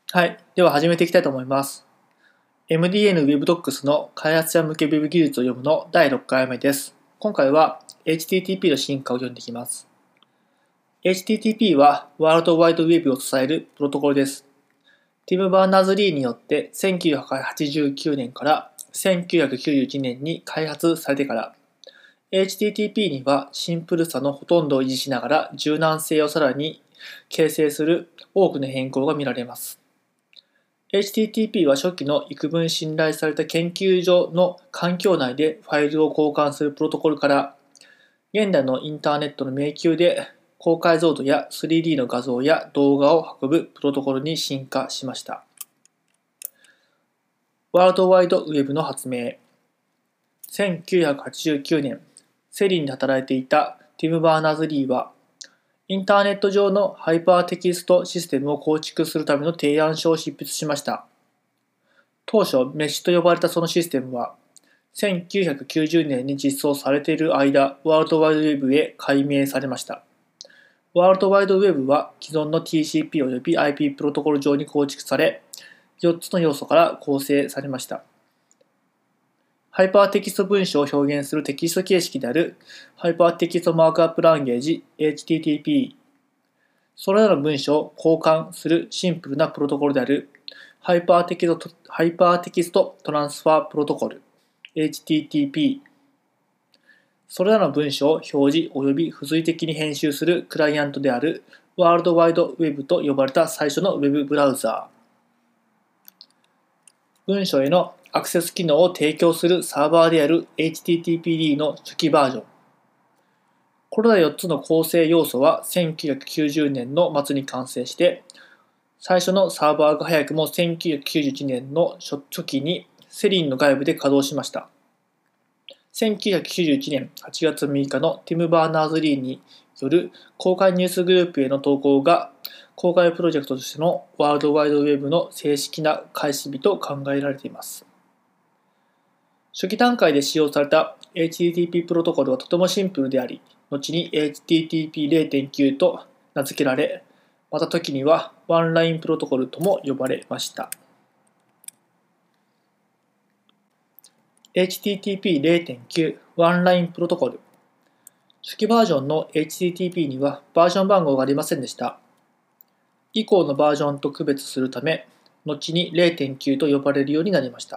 はい。では始めていきたいと思います。MDN WebDocs の開発者向け Web 技術を読むの第6回目です。今回は HTTP の進化を読んでいきます。HTTP はワールドワイドウェブを支えるプロトコルです。ティム・バーナーズ・リーによって1989年から1991年に開発されてから、HTTP にはシンプルさのほとんどを維持しながら柔軟性をさらに形成する多くの変更が見られます。HTTP は初期の幾分信頼された研究所の環境内でファイルを交換するプロトコルから、現代のインターネットの迷宮で高解像度や 3D の画像や動画を運ぶプロトコルに進化しました。ワールドワイドウェブの発明。1989年、セリンで働いていたティム・バーナーズ・リーは、インターネット上のハイパーテキストシステムを構築するための提案書を執筆しました。当初、メッシュと呼ばれたそのシステムは、1990年に実装されている間、ワールドワイドウェブへ改名されました。ワールドワイドウェブは既存の TCP および IP プロトコル上に構築され、4つの要素から構成されました。ハイパーテキスト文章を表現するテキスト形式であるハイパーテキストマークアップランゲージ HTTP、それらの文章を交換するシンプルなプロトコルであるハイパーテキストトランスファープロトコル HTTP、それらの文章を表示及び付随的に編集するクライアントであるワールドワイドウェブと呼ばれた最初のウェブブラウザー、文章へのアクセス機能を提供するサーバーである HTTPD の初期バージョン。これら4つの構成要素は1990年の末に完成して、最初のサーバーが早くも1991年の初期にセリンの外部で稼働しました。1991年8月6日のティム・バーナーズ・リーによる公開ニュースグループへの投稿が、公開プロジェクトとしてのワールドワイドウェブの正式な開始日と考えられています。初期段階で使用された HTTP プロトコルはとてもシンプルであり、後に HTTP0.9 と名付けられ、また時にはワンラインプロトコルとも呼ばれました。HTTP0.9 ワンラインプロトコル。初期バージョンの HTTP にはバージョン番号がありませんでした。以降のバージョンと区別するため、後に0.9と呼ばれるようになりました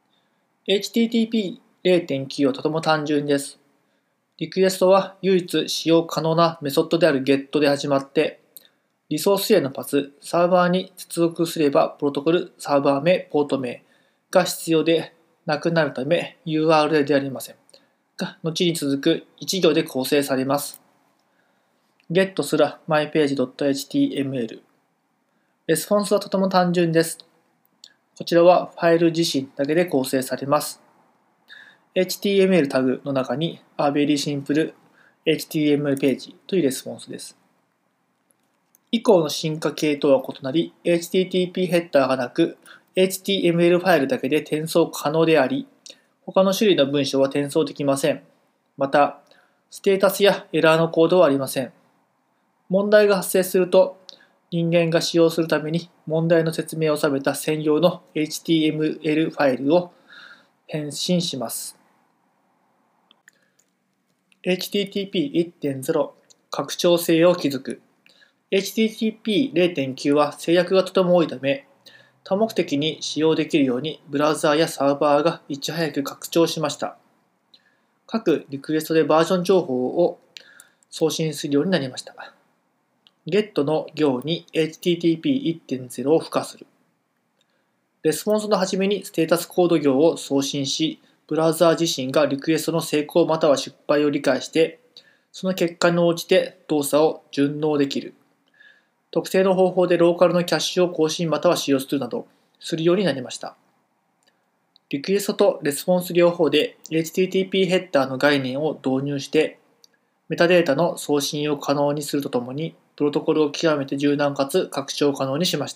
。HTTP0.9 はとても単純です。リクエストは唯一使用可能なメソッドである GET で始まって、リソースへのパス、サーバーに接続すればプロトコル、サーバー名、ポート名が必要でなくなるため URL でありません。が後に続く1行で構成されます。get すら mypage.html。レスポンスはとても単純です。こちらはファイル自身だけで構成されます。HTML タグの中に A very simple HTML ページというレスポンスです。以降の進化系とは異なり、HTTP ヘッダーがなく、HTML ファイルだけで転送可能であり、他の種類の文章は転送できません。また、ステータスやエラーのコードはありません。問題が発生すると、人間が使用するために問題の説明を収めた専用の HTML ファイルを返信します。HTTP1.0 拡張性を築く。HTTP0.9 は制約がとても多いため、多目的に使用できるようにブラウザーやサーバーがいち早く拡張しました。各リクエストでバージョン情報を送信するようになりました。get の行に HTTP1.0 を付加する。レスポンスの始めにステータスコード行を送信し、ブラウザー自身がリクエストの成功または失敗を理解して、その結果に応じて動作を順応できる。特定の方法でローカルのキャッシュを更新または使用するなどするようになりました。リクエストとレスポンス両方で HTTP ヘッダーの概念を導入して、メタデータの送信を可能にするとともに、プロトコルを極めて柔軟かつ拡張可能にしました。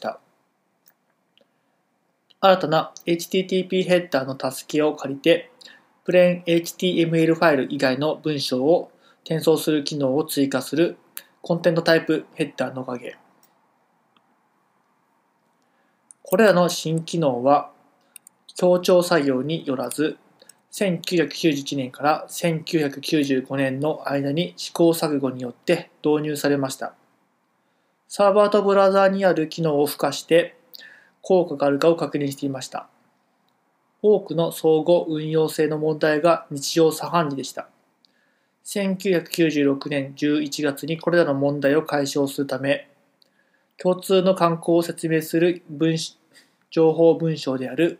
新たな HTTP ヘッダーの助けを借りて、プレーン HTML ファイル以外の文章を転送する機能を追加するコンテントタイプヘッダーのおかげ。 これらの新機能は協調作業によらず、1991年から1995年の間に試行錯誤によって導入されました。サーバーとブラウザーにある機能を付加して効果があるかを確認していました。多くの相互運用性の問題が日常茶飯事でした。1996年11月にこれらの問題を解消するため、共通の慣行を説明する情報文章である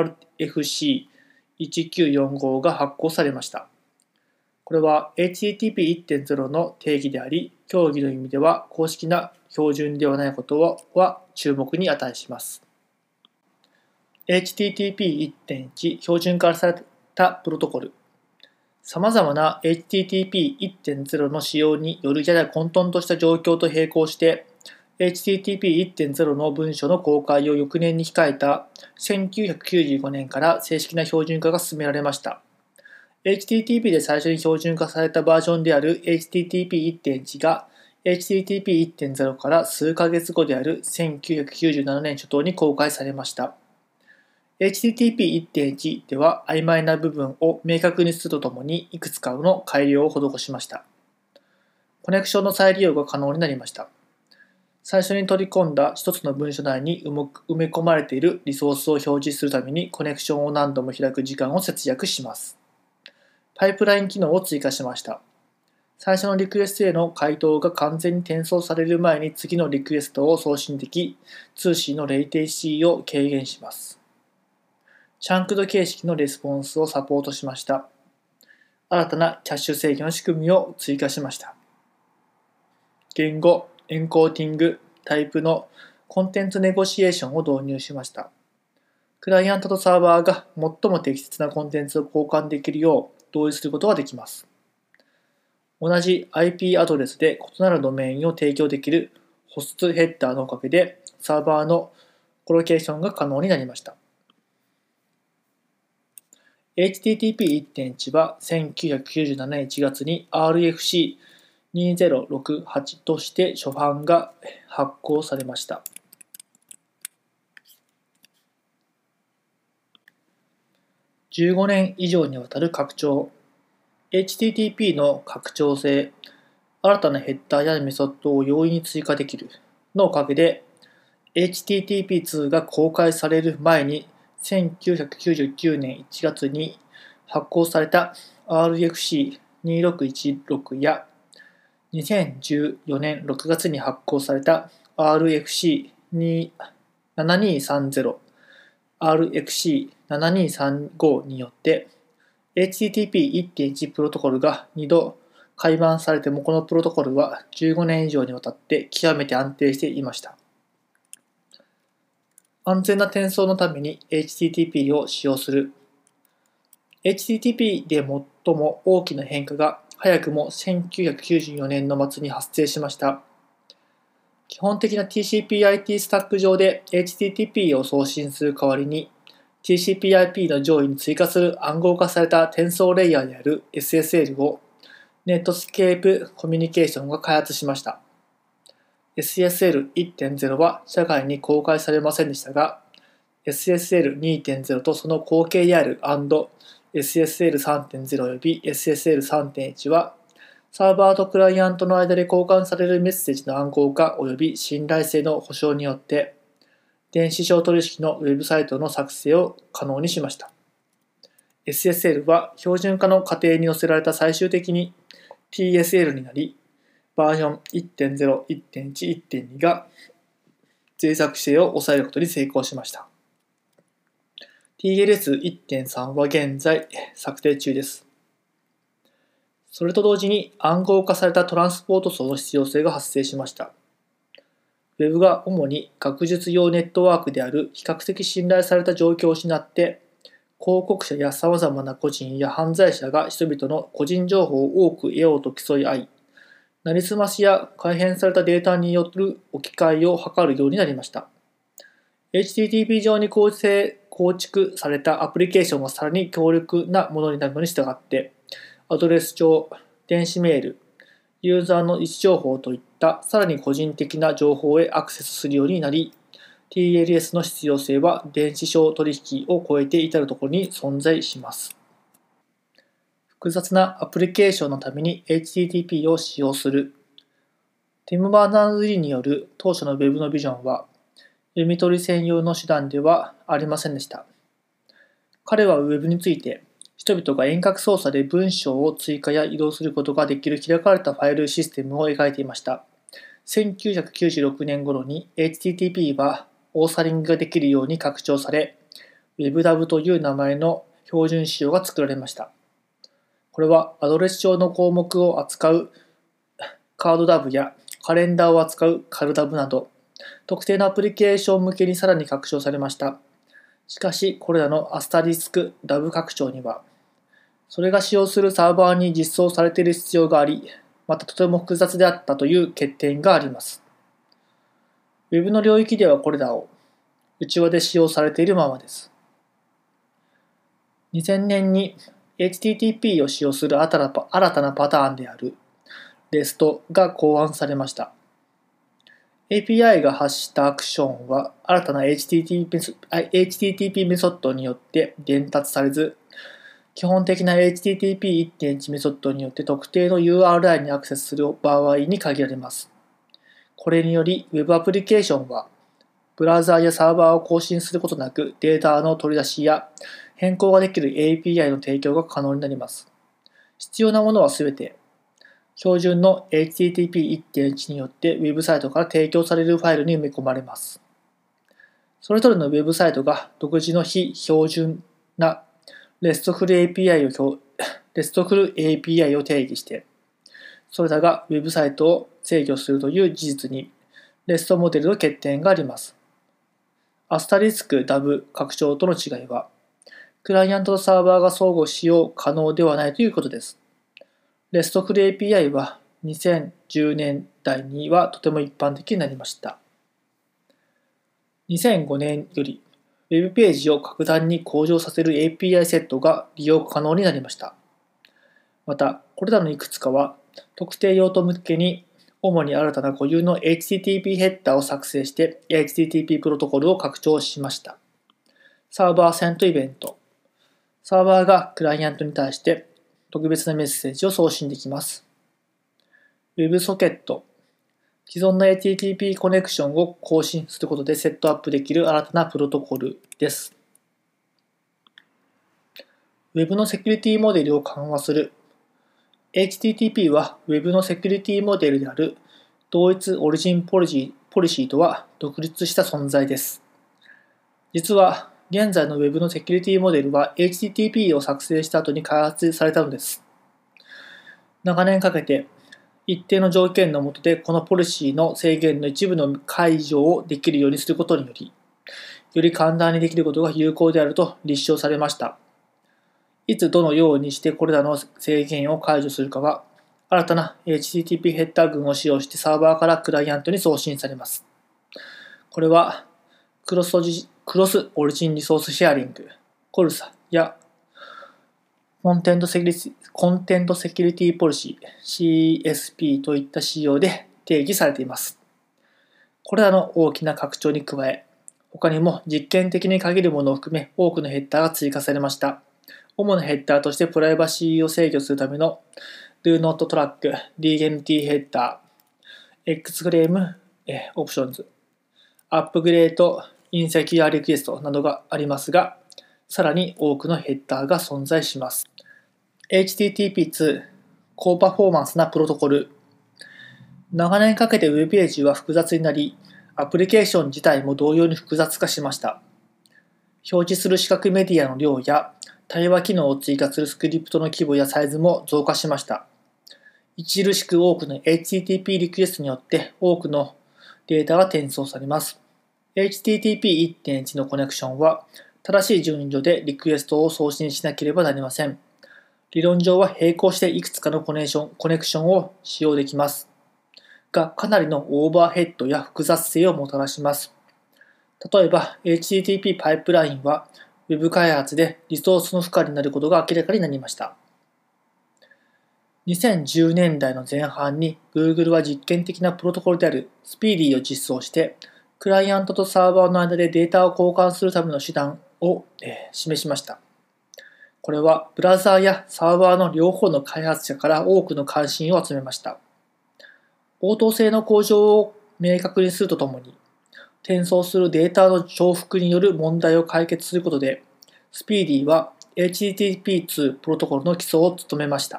RFC1945 が発行されました。これは HTTP1.0 の定義であり、協議の意味では公式な標準ではないことは注目に値します。HTTP1.1 標準化されたプロトコル。様々な HTTP1.0 の使用によるやや混沌とした状況と並行して、HTTP1.0 の文書の公開を翌年に控えた1995年から正式な標準化が進められました。HTTP で最初に標準化されたバージョンである HTTP1.1 が HTTP1.0 から数ヶ月後である1997年初頭に公開されました。HTTP1.1 では曖昧な部分を明確にするとともにいくつかの改良を施しました。コネクションの再利用が可能になりました。最初に取り込んだ一つの文書内に埋め込まれているリソースを表示するためにコネクションを何度も開く時間を節約します。パイプライン機能を追加しました。最初のリクエストへの回答が完全に転送される前に次のリクエストを送信でき、通信のレイテンシーを軽減します。チャンクド形式のレスポンスをサポートしました。新たなキャッシュ制御の仕組みを追加しました。言語、エンコーティング、タイプのコンテンツネゴシエーションを導入しました。クライアントとサーバーが最も適切なコンテンツを交換できるよう同意することができます。同じ IP アドレスで異なるドメインを提供できるホストヘッダーのおかげでサーバーのコロケーションが可能になりました。HTTP1.1 は1997年1月に RFC2068 として初版が発行されました。15年以上にわたる拡張。HTTP の拡張性、新たなヘッダーやメソッドを容易に追加できるのおかげで、HTTP2 が公開される前に1999年1月に発行された RFC2616 や2014年6月に発行された RFC7230、RFC7235 によって HTTP1.1 プロトコルが2度改版されてもこのプロトコルは15年以上にわたって極めて安定していました。安全な転送のために HTTP を使用する。HTTP で最も大きな変化が早くも1994年の末に発生しました。基本的な TCP/IP スタック上で HTTP を送信する代わりに TCP/IP の上位に追加する暗号化された転送レイヤーである SSL をネットスケープコミュニケーションが開発しました。SSL1.0 は社外に公開されませんでしたが、SSL2.0 とその後継である&SSL3.0 および SSL3.1 は、サーバーとクライアントの間で交換されるメッセージの暗号化および信頼性の保証によって、電子商取引のウェブサイトの作成を可能にしました。SSL は標準化の過程に載せられた最終的に TSL になり、バージョン 1.0、1.1、1.2 が脆弱性を抑えることに成功しました。TLS1.3 は現在策定中です。それと同時に暗号化されたトランスポート層の必要性が発生しました。Web が主に学術用ネットワークである比較的信頼された状況を失って、広告者や様々な個人や犯罪者が人々の個人情報を多く得ようと競い合い、なりすましや改変されたデータによる置き換えを図るようになりました。HTTP 上に構築されたアプリケーションがさらに強力なものになるのに従って、アドレス帳、電子メール、ユーザーの位置情報といったさらに個人的な情報へアクセスするようになり、 TLS の必要性は電子商取引を超えて至るところに存在します。複雑なアプリケーションのために HTTP を使用する。ティム・バーナーズ・リーによる当初の Web のビジョンは、読み取り専用の手段ではありませんでした。彼は Web について、人々が遠隔操作で文章を追加や移動することができる開かれたファイルシステムを描いていました。1996年頃に HTTP はオーサリングができるように拡張され、WebDAV という名前の標準仕様が作られました。これはアドレス帳の項目を扱うカード DAV やカレンダーを扱うカル DAV など、特定のアプリケーション向けにさらに拡張されました。しかし、これらのアスタリスク DAV 拡張には、それが使用するサーバーに実装されている必要があり、またとても複雑であったという欠点があります。Web の領域ではこれらを内輪で使用されているままです。2000年に HTTP を使用する新たなパターンである REST が考案されました。API が発したアクションは新たな HTTP メソッドによって伝達されず、基本的な HTTP1.1 メソッドによって特定の URI にアクセスする場合に限られます。これにより Web アプリケーションはブラウザーやサーバーを更新することなくデータの取り出しや変更ができる API の提供が可能になります。必要なものはすべて標準の HTTP1.1 によってウェブサイトから提供されるファイルに埋め込まれます。それぞれのウェブサイトが独自の非標準な RESTful API を定義して、それらがウェブサイトを制御するという事実に REST モデルの欠点があります。アスタリスク DAV 拡張との違いは、クライアントとサーバーが相互使用可能ではないということです。RESTful API は2010年代にはとても一般的になりました。2005年より Web ページを格段に向上させる API セットが利用可能になりました。また、これらのいくつかは特定用途向けに主に新たな固有の HTTP ヘッダーを作成して HTTP プロトコルを拡張しました。サーバーセントイベント。サーバーがクライアントに対して特別なメッセージを送信できます。WebSocket。既存の HTTP コネクションを更新することでセットアップできる新たなプロトコルです。Web のセキュリティモデルを緩和する。HTTP は Web のセキュリティモデルである同一オリジンポリシーとは独立した存在です。実は現在の Web のセキュリティモデルは HTTP を作成した後に開発されたのです。長年かけて一定の条件の下でこのポリシーの制限の一部の解除をできるようにすることにより、より簡単にできることが有効であると立証されました。いつどのようにしてこれらの制限を解除するかは、新たな HTTP ヘッダー群を使用してサーバーからクライアントに送信されます。これはクロスオリジンリソースシェアリング、コルサやコンテントセキュリティポリシー CSP といった仕様で定義されています。これらの大きな拡張に加え、他にも実験的に限るものを含め多くのヘッダーが追加されました。主なヘッダーとしてプライバシーを制御するための Do Not Track DNT ヘッダー、Exclaim Options、Upgrade Insecure Request などがありますが、さらに多くのヘッダーが存在します。HTTP2 高パフォーマンスなプロトコル。長年かけて Web ページは複雑になり、アプリケーション自体も同様に複雑化しました。表示する視覚メディアの量や対話機能を追加するスクリプトの規模やサイズも増加しました。著しく多くの HTTP リクエストによって多くのデータが転送されます。HTTP1.1 のコネクションは正しい順序でリクエストを送信しなければなりません。理論上は並行していくつかのコネクションを使用できますが、かなりのオーバーヘッドや複雑性をもたらします。例えば HTTP パイプラインは Web 開発でリソースの負荷になることが明らかになりました。2010年代の前半に Google は実験的なプロトコルである Speedy を実装してクライアントとサーバーの間でデータを交換するための手段を示しました。これはブラウザーやサーバーの両方の開発者から多くの関心を集めました。応答性の向上を明確にするとともに、転送するデータの重複による問題を解決することで、スピーディーは HTTP2 プロトコルの基礎を務めました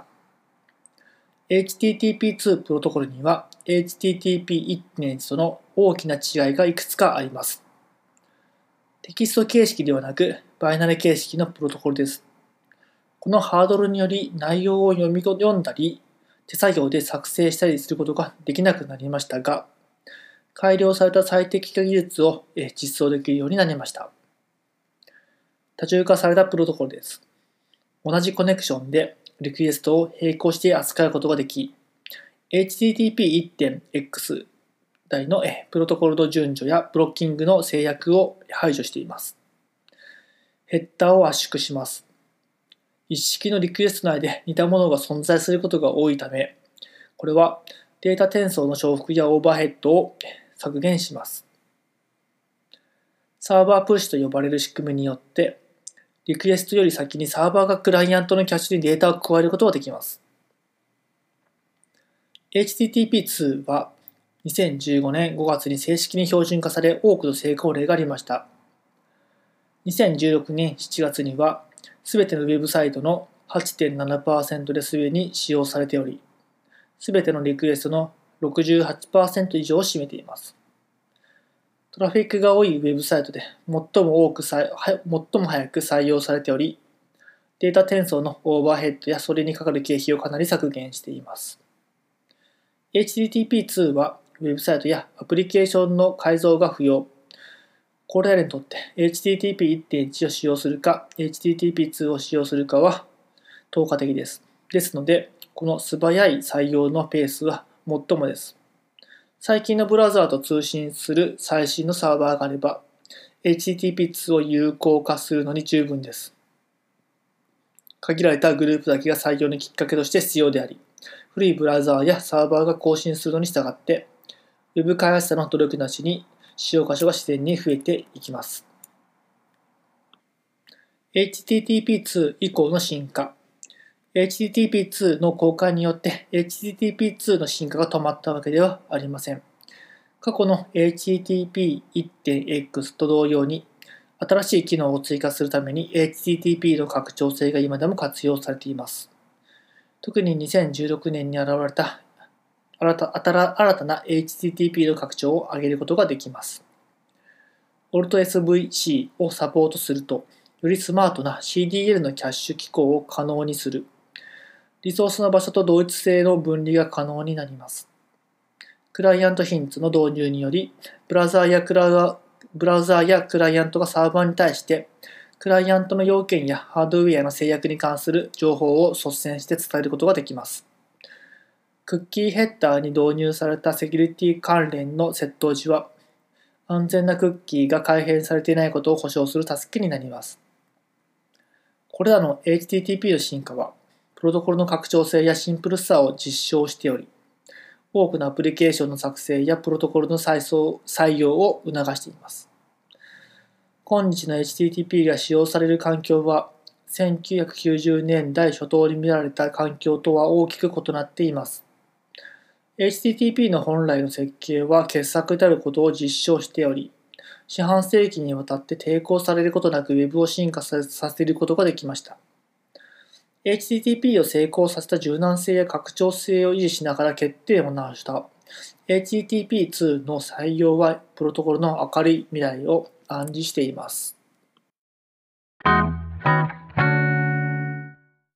。HTTP2 プロトコルには HTTP1.1 との大きな違いがいくつかあります。テキスト形式ではなくバイナリ形式のプロトコルです。このハードルにより内容を読んだり、手作業で作成したりすることができなくなりましたが、改良された最適化技術を実装できるようになりました。多重化されたプロトコルです。同じコネクションでリクエストを並行して扱うことができ、HTTP1.x 代のプロトコルの順序やブロッキングの制約を排除しています。ヘッダーを圧縮します。一式のリクエスト内で似たものが存在することが多いため、これはデータ転送の重複やオーバーヘッドを削減します。サーバープッシュと呼ばれる仕組みによって、リクエストより先にサーバーがクライアントのキャッシュにデータを加えることができます。HTTP2 は2015年5月に正式に標準化され、多くの成功例がありました。2016年7月には、すべてのウェブサイトの 8.7% ですでに使用されており、すべてのリクエストの 68% 以上を占めています。トラフィックが多いウェブサイトで最も早く採用されており、データ転送のオーバーヘッドやそれにかかる経費をかなり削減しています。HTTP2 はウェブサイトやアプリケーションの改造が不要。これらにとって HTTP1.1 を使用するか HTTP2 を使用するかは透過的です。ですので、この素早い採用のペースは最もです。最近のブラウザーと通信する最新のサーバーがあれば、HTTP2 を有効化するのに十分です。限られたグループだけが採用のきっかけとして必要であり、古いブラウザーやサーバーが更新するのに従って、ウェブ開発者の努力なしに使用箇所が自然に増えていきます。HTTP2 以降の進化。HTTP2 の公開によって HTTP2 の進化が止まったわけではありません。過去の HTTP1.x と同様に、新しい機能を追加するために HTTP の拡張性が今でも活用されています。特に2016年に現れた新たな HTTP の拡張を上げることができます。AltSVC をサポートすると、よりスマートな CDL のキャッシュ機構を可能にする。リソースの場所と同一性の分離が可能になります。クライアントヒンツの導入により、ブラウザーやクライアントがサーバーに対して、クライアントの要件やハードウェアの制約に関する情報を率先して伝えることができます。クッキーヘッダーに導入されたセキュリティ関連の窃盗時は、安全なクッキーが改変されていないことを保証する助けになります。これらの HTTP の進化は、プロトコルの拡張性やシンプルさを実証しており、多くのアプリケーションの作成やプロトコルの採用を促しています。今日の HTTP が使用される環境は、1990年代初頭に見られた環境とは大きく異なっています。HTTP の本来の設計は傑作であることを実証しており、四半世紀にわたって抵抗されることなく Web を進化させることができました。HTTP を成功させた柔軟性や拡張性を維持しながら欠点を直した HTTP2 の採用はプロトコルの明るい未来を暗示しています。